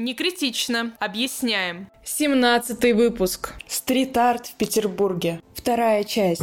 Не критично. Объясняем. 17-й выпуск. Стрит-арт в Петербурге. Вторая часть.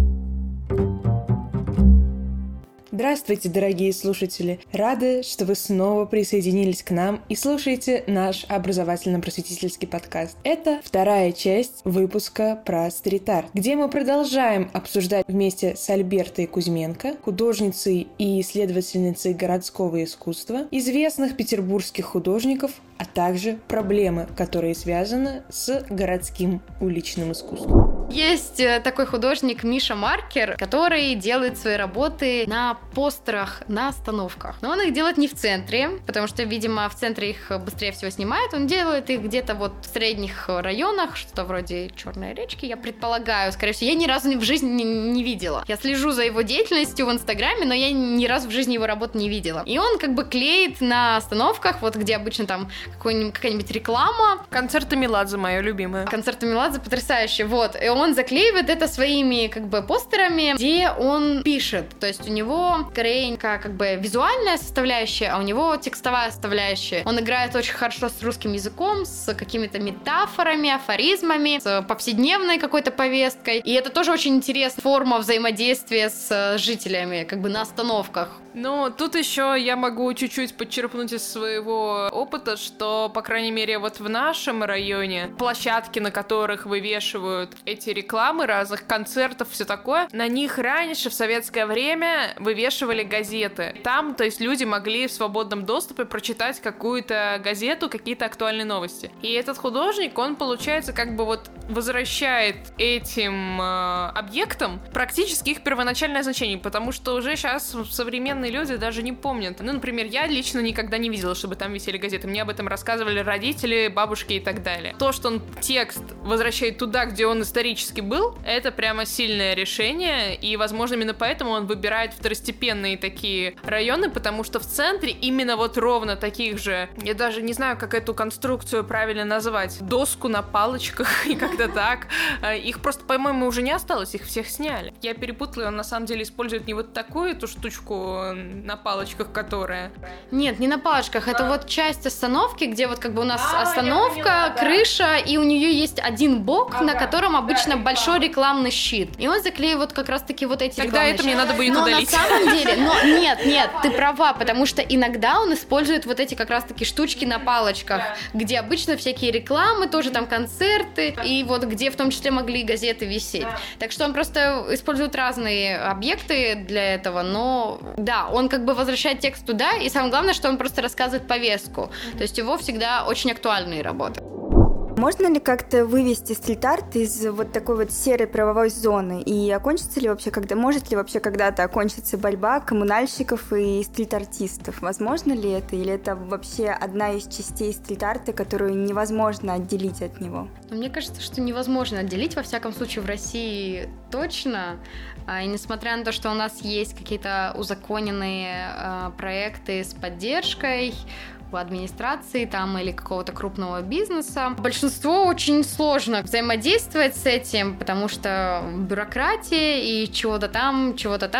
Здравствуйте, дорогие слушатели! Рады, что вы снова присоединились к нам и слушаете наш образовательно-просветительский подкаст. Это вторая часть выпуска про стрит-арт, где мы продолжаем обсуждать вместе с Альбертой Кузьменко, художницей и исследовательницей городского искусства, известных петербургских художников, а также проблемы, которые связаны с городским уличным искусством. Есть такой художник Миша Маркер, который делает свои работы на постерах, на остановках. Но он их делает не в центре, потому что, видимо, в центре их быстрее всего снимают. Он делает их где-то вот в средних районах, что-то вроде Черной речки, я предполагаю. Скорее всего, я ни разу в жизни не видела. Я слежу за его деятельностью в Инстаграме, но я ни разу в жизни его работ не видела. И он как бы клеит на остановках, вот где обычно там какая-нибудь реклама. Концерты Меладзе, моя любимая. Концерты Меладзе потрясающие. Вот. И он заклеивает это своими как бы постерами, где он пишет. То есть у него скорее как бы визуальная составляющая, а у него текстовая составляющая. Он играет очень хорошо с русским языком, с какими-то метафорами, афоризмами, с повседневной какой-то повесткой. И это тоже очень интересная форма взаимодействия с жителями, как бы на остановках. Ну, тут еще я могу чуть-чуть подчерпнуть из своего опыта, что, по крайней мере, вот в нашем районе площадки, на которых вывешивают эти рекламы разных концертов, все такое, на них раньше, в советское время, вывешивали газеты. Там, то есть, люди могли в свободном доступе прочитать какую-то газету, какие-то актуальные новости. И этот художник, он, получается, как бы вот возвращает этим объектам практически их первоначальное значение, потому что уже сейчас современные люди даже не помнят. Ну, например, я лично никогда не видела, чтобы там висели газеты. Мне об этом рассказывали родители, бабушки и так далее. То, что он текст возвращает туда, где он исторически был, это прямо сильное решение, и, возможно, именно поэтому он выбирает второстепенные такие районы, потому что в центре именно вот ровно таких же, я даже не знаю, как эту конструкцию правильно назвать, доску на палочках и как-то так. Их просто, по-моему, уже не осталось, их всех сняли. Я перепутала, он на самом деле использует не вот такую эту штучку на палочках, которая... Нет, не на палочках, это вот часть остановки, где вот как бы у нас остановка, крыша, и у нее есть один бок, на котором обычно большой рекламный щит. И он заклеивает как раз-таки вот эти Тогда рекламные это мне надо будет удалить. Но на самом деле, нет, ты права, потому что иногда он использует вот эти как раз-таки штучки на палочках, где обычно всякие рекламы, тоже там концерты, и вот где в том числе могли газеты висеть. Так что он просто использует разные объекты для этого, но да, он как бы возвращает текст туда, и самое главное, что он просто рассказывает повестку. То есть его всегда очень актуальные работы. Можно ли как-то вывести стрит-арт из вот такой вот серой правовой зоны? И окончится ли вообще, может ли вообще когда-то окончиться борьба коммунальщиков и стрит-артистов? Возможно ли это? Или это вообще одна из частей стрит-арта, которую невозможно отделить от него? Мне кажется, что невозможно отделить, во всяком случае, в России точно. И несмотря на то, что у нас есть какие-то узаконенные проекты с поддержкой у администрации там или какого-то крупного бизнеса, большинство очень сложно взаимодействовать с этим, потому что бюрократия и чего-то там,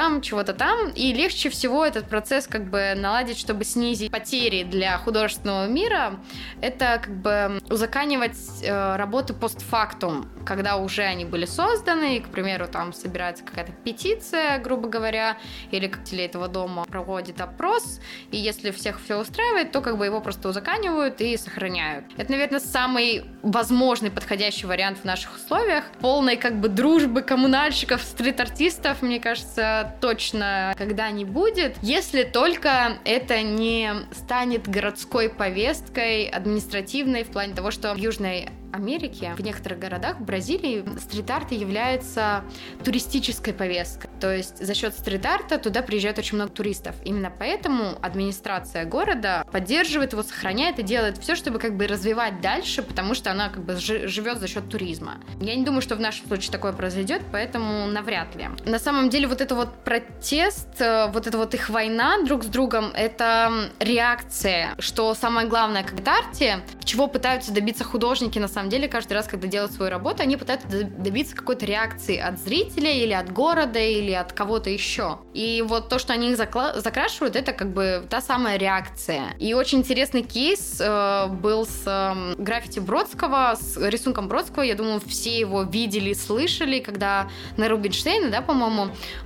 и легче всего этот процесс как бы наладить, чтобы снизить потери для художественного мира, это как бы узаконивать работы постфактум, когда уже они были созданы, и, к примеру, там собирается какая-то петиция, грубо говоря, или как жители этого дома проводит опрос, и если всех все устраивает, то как бы его просто узаканивают и сохраняют. Это, наверное, самый возможный подходящий вариант в наших условиях. Полной как бы дружбы коммунальщиков, стрит-артистов, мне кажется, точно когда не будет, если только это не станет городской повесткой административной в плане того, что в Южной Америке, в некоторых городах, в Бразилии, стрит-арт является туристической повесткой. То есть за счет стрит-арта туда приезжает очень много туристов. Именно поэтому администрация города поддерживает его, сохраняет и делает все, чтобы как бы развивать дальше, потому что она как бы живет за счет туризма. Я не думаю, что в нашем случае такое произойдет, поэтому навряд ли. На самом деле вот это вот протест, вот эта вот их война друг с другом, это реакция, что самое главное как в арте, чего пытаются добиться художники на самом деле каждый раз, когда делают свою работу, они пытаются добиться какой-то реакции от зрителя или от города, или или от кого-то еще. И вот то, что они их закрашивают, это как бы та самая реакция. И очень интересный кейс был с граффити Бродского, с рисунком Бродского. Я думаю, все его видели, слышали, когда на Рубинштейна, да, по-моему,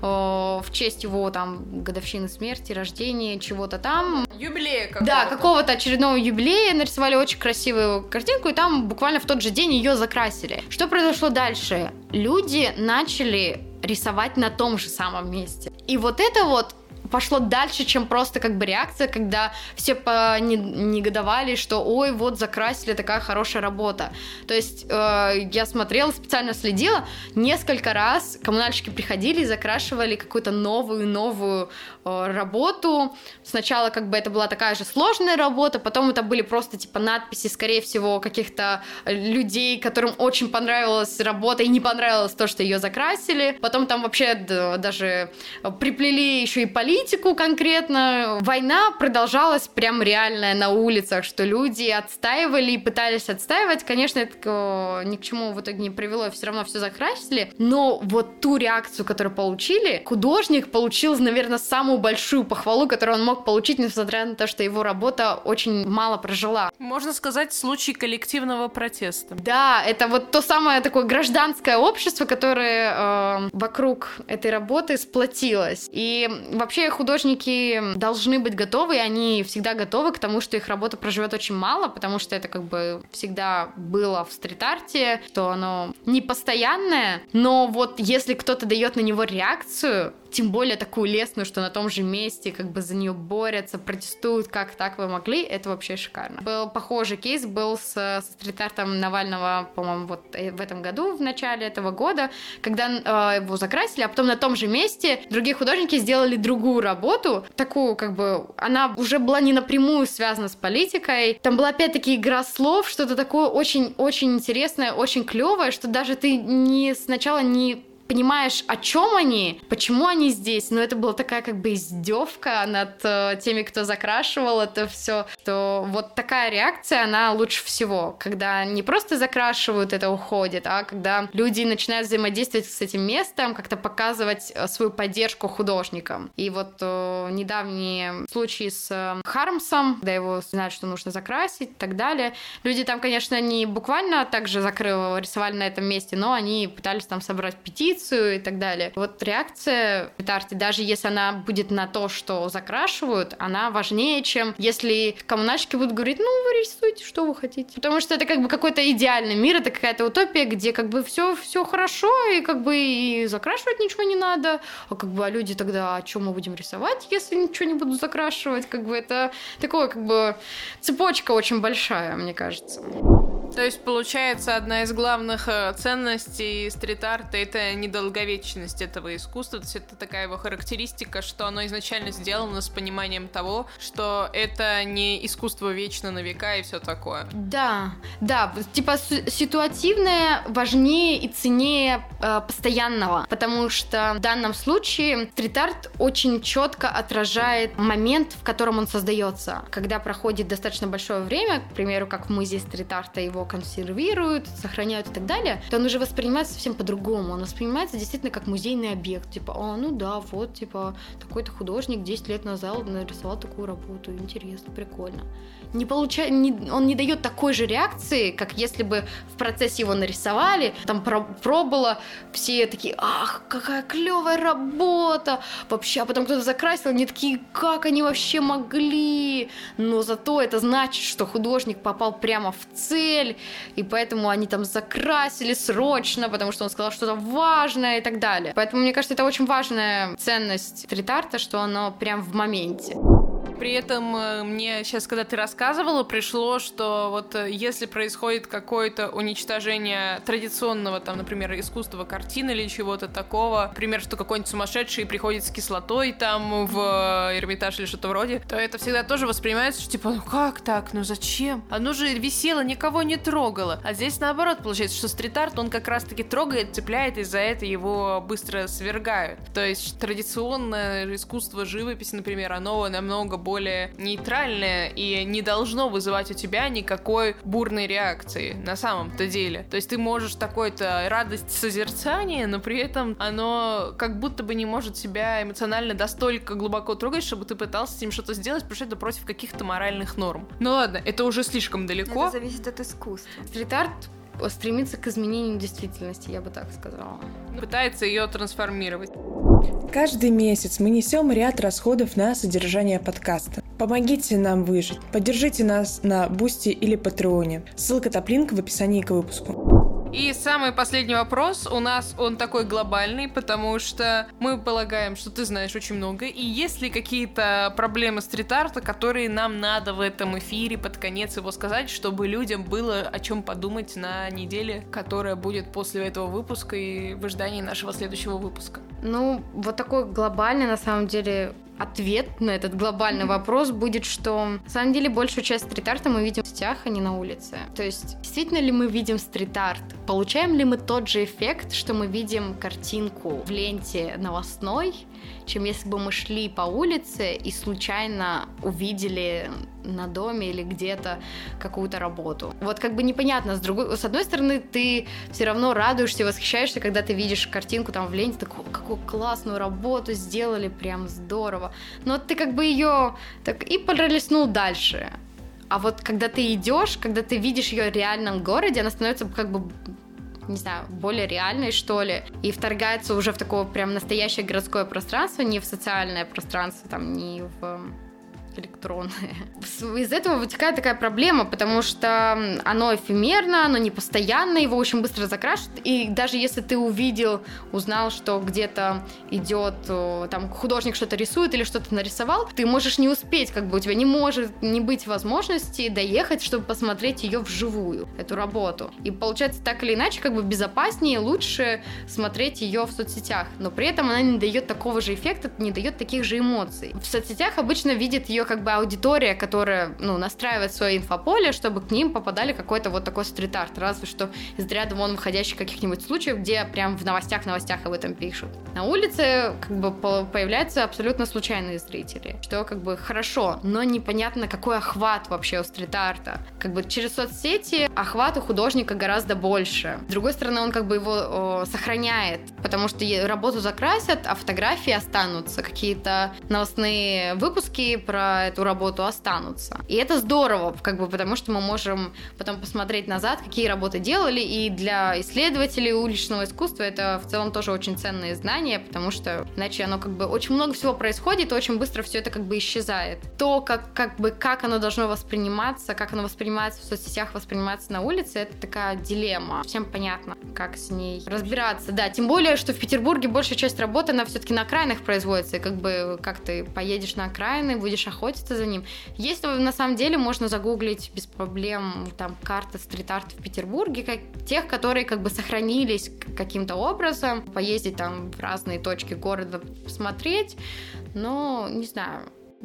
в честь его там годовщины смерти, рождения, чего-то там. Юбилея какого-то. Да, какого-то очередного юбилея нарисовали очень красивую картинку, и там буквально в тот же день ее закрасили. Что произошло дальше? Люди начали рисовать на том же самом месте. И вот это вот пошло дальше, чем просто как бы реакция, когда все негодовали, что ой, вот закрасили, такая хорошая работа. То есть я смотрела, специально следила, несколько раз коммунальщики приходили и закрашивали какую-то новую работу. Сначала как бы это была такая же сложная работа, потом это были просто типа надписи, скорее всего, каких-то людей, которым очень понравилась работа и не понравилось то, что ее закрасили. Потом там вообще даже приплели еще и политику конкретно. Война продолжалась прям реальная на улицах, что люди отстаивали и пытались отстаивать. Конечно, это ни к чему в итоге не привело, все равно все закрасили. Но вот ту реакцию, которую получили, художник получил, наверное, самую большую похвалу, которую он мог получить, несмотря на то, что его работа очень мало прожила. Можно сказать, случай коллективного протеста. Да, это вот то самое такое гражданское общество, которое вокруг этой работы сплотилось. И вообще художники должны быть готовы, и они всегда готовы к тому, что их работа проживет очень мало, потому что это как бы всегда было в стрит-арте, что оно не постоянное, но вот если кто-то дает на него реакцию, тем более такую лестную, что на том же месте как бы за нее борются, протестуют, как так вы могли, это вообще шикарно. Был похожий кейс, был со стрит-артом Навального, по-моему, вот в этом году, в начале этого года, когда его закрасили, а потом на том же месте другие художники сделали другую работу, такую как бы, она уже была не напрямую связана с политикой, там была опять-таки игра слов, что-то такое очень-очень интересное, очень клевое, что даже ты сначала не понимаешь, о чем они, почему они здесь, но это была такая как бы издевка над теми, кто закрашивал это все, что вот такая реакция, она лучше всего, когда не просто закрашивают, это уходит, а когда люди начинают взаимодействовать с этим местом, как-то показывать свою поддержку художникам. И вот недавние случаи с Хармсом, когда его знают, что нужно закрасить и так далее, люди там, конечно, не буквально так же рисовали на этом месте, но они пытались там собрать петицию и так далее. Вот реакция в арте, даже если она будет на то, что закрашивают, она важнее, чем если коммунальщики будут говорить, ну, вы рисуйте, что вы хотите. Потому что это как бы какой-то идеальный мир, это какая-то утопия, где как бы все хорошо, и как бы и закрашивать ничего не надо. А люди тогда, о чем мы будем рисовать, если ничего не будут закрашивать? Как бы это такое, как бы цепочка очень большая, мне кажется. То есть, получается, одна из главных ценностей стрит-арта — это недолговечность этого искусства, то есть это такая его характеристика, что оно изначально сделано с пониманием того, что это не искусство вечно на века и все такое. Да, типа ситуативное важнее и ценнее постоянного, потому что в данном случае стрит-арт очень четко отражает момент, в котором он создается. Когда проходит достаточно большое время, к примеру, как в музее стрит-арта его консервируют, сохраняют и так далее, то он уже воспринимается совсем по-другому. Он воспринимается действительно как музейный объект. Типа, ну да, вот, типа, такой-то художник 10 лет назад нарисовал такую работу. Интересно, прикольно. Он не дает такой же реакции, как если бы в процессе его нарисовали, там пробовало, все такие, ах, какая клевая работа, вообще, а потом кто-то закрасил, они такие, как они вообще могли, но зато это значит, что художник попал прямо в цель, и поэтому они там закрасили срочно, потому что он сказал что-то важное и так далее. Поэтому, мне кажется, это очень важная ценность стрит-арта, что оно прям в моменте. При этом мне сейчас, когда ты рассказывала, пришло, что вот если происходит какое-то уничтожение традиционного, там, например, искусства картины или чего-то такого, например, что какой-нибудь сумасшедший приходит с кислотой там в Эрмитаж или что-то вроде, то это всегда тоже воспринимается, что типа, ну как так, ну зачем? Оно же висело, никого не трогало. А здесь наоборот получается, что стрит-арт, он как раз-таки трогает, цепляет, и за это его быстро свергают. То есть традиционное искусство живописи, например, оно намного более нейтральное и не должно вызывать у тебя никакой бурной реакции на самом-то деле. То есть ты можешь такой-то радость созерцания, но при этом оно как будто бы не может себя эмоционально настолько глубоко трогать, чтобы ты пытался с ним что-то сделать, потому что это против каких-то моральных норм. Ну ладно, это уже слишком далеко. Это зависит от искусства. Стрит-арт стремится к изменению действительности, я бы так сказала. Пытается ее трансформировать. Каждый месяц мы несем ряд расходов на содержание подкаста. Помогите нам выжить. Поддержите нас на Бусти или Патреоне. Ссылка топ-линк в описании к выпуску. И самый последний вопрос у нас, он такой глобальный, потому что мы полагаем, что ты знаешь очень много, и есть ли какие-то проблемы стрит-арта, которые нам надо в этом эфире под конец его сказать, чтобы людям было о чем подумать на неделе, которая будет после этого выпуска и в ожидании нашего следующего выпуска? Ну, вот такой глобальный, на самом деле, ответ на этот глобальный вопрос будет, что на самом деле большую часть стрит-арта мы видим в сетях, а не на улице. То есть, действительно ли мы видим стрит-арт? Получаем ли мы тот же эффект, что мы видим картинку в ленте новостной, чем если бы мы шли по улице и случайно увидели на доме или где-то какую-то работу. Вот как бы непонятно, с одной стороны, ты все равно радуешься и восхищаешься, когда ты видишь картинку там в ленте, такую, какую классную работу сделали, прям здорово. Но ты как бы ее так и пролистнул дальше. А вот когда ты идешь, когда ты видишь ее в реальном городе, она становится как бы, не знаю, более реальной, что ли, и вторгается уже в такое прям настоящее городское пространство, не в социальное пространство, там, не в электронное. Из этого вытекает такая проблема, потому что оно эфемерно, оно непостоянно, его очень быстро закрашивают, и даже если ты узнал, что где-то идет, там, художник что-то рисует или что-то нарисовал, ты можешь не успеть, как бы у тебя не может не быть возможности доехать, чтобы посмотреть ее вживую, эту работу. И получается, так или иначе, как бы безопаснее, лучше смотреть ее в соцсетях, но при этом она не дает такого же эффекта, не дает таких же эмоций. В соцсетях обычно видит ее как бы аудитория, которая, настраивает свое инфополе, чтобы к ним попадали какой-то вот такой стрит-арт, разве что из ряда вон выходящих каких-нибудь случаев, где прям в новостях об этом пишут. На улице как бы появляются абсолютно случайные зрители, что как бы хорошо, но непонятно, какой охват вообще у стрит-арта. Как бы через соцсети охват у художника гораздо больше. С другой стороны, он как бы его сохраняет, потому что работу закрасят, а фотографии останутся, какие-то новостные выпуски про эту работу останутся. И это здорово, как бы, потому что мы можем потом посмотреть назад, какие работы делали, и для исследователей уличного искусства это в целом тоже очень ценные знания, потому что иначе оно как бы очень много всего происходит, и очень быстро все это как бы исчезает. То, как оно должно восприниматься, как оно воспринимается в соцсетях, воспринимается на улице, это такая дилемма. Всем понятно, как с ней разбираться. Да, тем более, что в Петербурге большая часть работы, она все-таки на окраинах производится, и как бы как ты поедешь на окраины, будешь охотиться за ним. Если на самом деле можно загуглить без проблем там карты стрит-арта в Петербурге, тех, которые как бы сохранились каким-то образом, поездить там в разные точки города, посмотреть, но не знаю,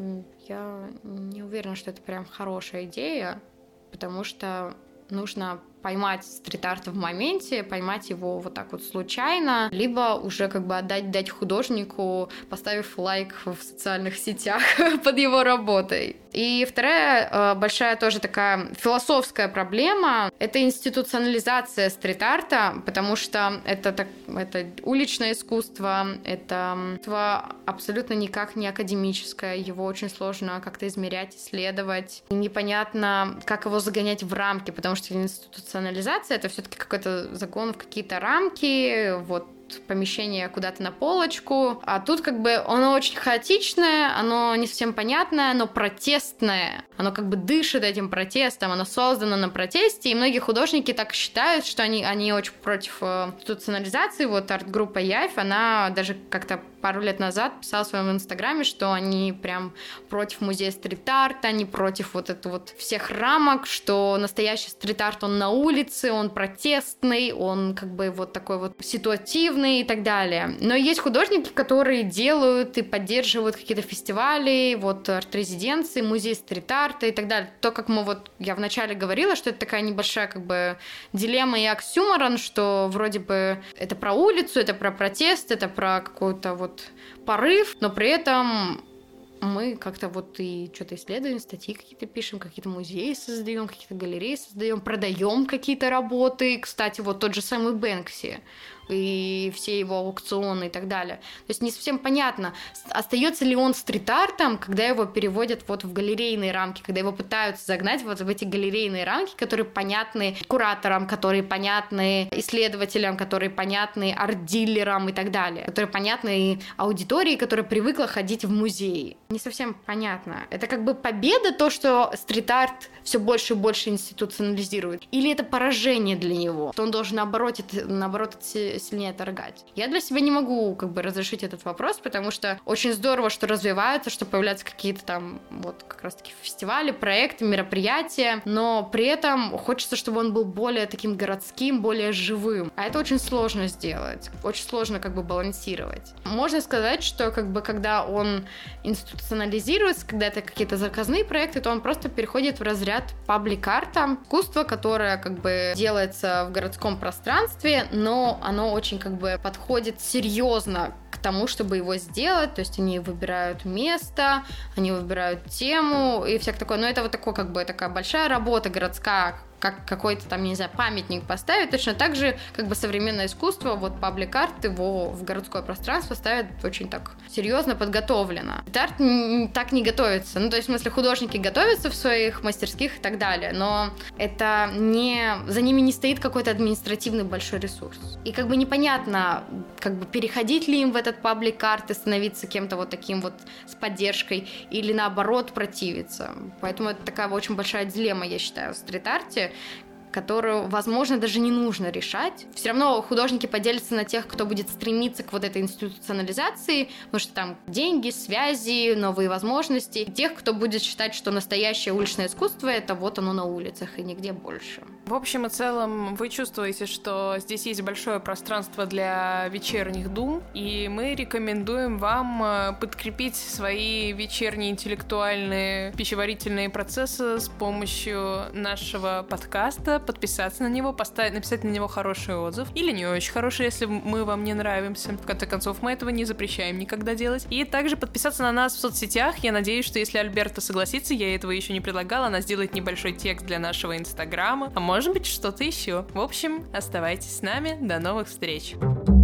я не уверена, что это прям хорошая идея, потому что нужно поймать стрит-арт в моменте, поймать его вот так вот случайно, либо уже как бы дать художнику, поставив лайк в социальных сетях под его работой. И вторая большая тоже такая философская проблема — это институционализация стрит-арта, потому что это уличное искусство, это абсолютно никак не академическое, его очень сложно как-то измерять, исследовать. И непонятно, как его загонять в рамки, потому что институционализация — это все-таки какой-то загон в какие-то рамки, вот помещение куда-то на полочку, а тут как бы оно очень хаотичное, оно не совсем понятное, оно протестное, оно как бы дышит этим протестом, оно создано на протесте, и многие художники так считают, что они очень против институционализации. Вот арт-группа Явь, она даже как-то пару лет назад писала в своем инстаграме, что они прям против музея стрит-арта, они против вот всех рамок, что настоящий стрит-арт, он на улице, он протестный, он как бы вот такой вот ситуативный и так далее. Но есть художники, которые делают и поддерживают какие-то фестивали, вот арт-резиденции, музей стрит-арта и так далее. То, как я вначале говорила, что это такая небольшая как бы дилемма и оксюморон, что вроде бы это про улицу, это про протест, это про какой-то вот порыв, но при этом мы как-то вот и что-то исследуем, статьи какие-то пишем, какие-то музеи создаем, какие-то галереи создаем, продаем какие-то работы. Кстати, вот тот же самый Бэнкси и все его аукционы и так далее. То есть не совсем понятно, остается ли он стрит-артом, когда его переводят вот в галерейные рамки, когда его пытаются загнать вот в эти галерейные рамки, которые понятны кураторам, которые понятны исследователям, которые понятны арт-дилерам и так далее, которые понятны аудитории, которая привыкла ходить в музеи. Не совсем понятно. Это как бы победа, то, что стрит-арт все больше и больше институционализирует? Или это поражение для него, что он должен наоборот сильнее торгать? Я для себя не могу как бы разрешить этот вопрос, потому что очень здорово, что развивается, что появляются какие-то там вот как раз-таки фестивали, проекты, мероприятия, но при этом хочется, чтобы он был более таким городским, более живым. А это очень сложно сделать, очень сложно как бы балансировать. Можно сказать, что как бы когда он институционализируется, когда это какие-то заказные проекты, то он просто переходит в разряд паблик-арта, искусство, которое как бы делается в городском пространстве, но оно очень как бы подходит серьезно к тому, чтобы его сделать, то есть они выбирают место, они выбирают тему и всякое такое, но это вот такое как бы такая большая работа городская, как какой-то там, не знаю, памятник поставить, точно так же, как бы современное искусство, вот паблик-арт его в городское пространство ставят очень так серьезно, подготовлено. Арт так не готовится, ну, то есть, в смысле, художники готовятся в своих мастерских и так далее, но это не... за ними не стоит какой-то административный большой ресурс. И как бы непонятно, как бы переходить ли им в этот паблик-арт и становиться кем-то вот таким вот с поддержкой, или наоборот противиться. Поэтому это такая очень большая дилемма, я считаю, в стрит-арте, которую, возможно, даже не нужно решать. Все равно художники поделятся на тех, кто будет стремиться к вот этой институционализации, потому что там деньги, связи, новые возможности. И тех, кто будет считать, что настоящее уличное искусство — это вот оно на улицах и нигде больше. В общем и целом, вы чувствуете, что здесь есть большое пространство для вечерних дум, и мы рекомендуем вам подкрепить свои вечерние интеллектуальные пищеварительные процессы с помощью нашего подкаста, подписаться на него, написать на него хороший отзыв, или не очень хороший, если мы вам не нравимся. В конце концов, мы этого не запрещаем никогда делать. И также подписаться на нас в соцсетях. Я надеюсь, что если Альберта согласится, я этого еще не предлагала, она сделает небольшой текст для нашего Инстаграма, а может быть что-то еще. В общем, оставайтесь с нами. До новых встреч!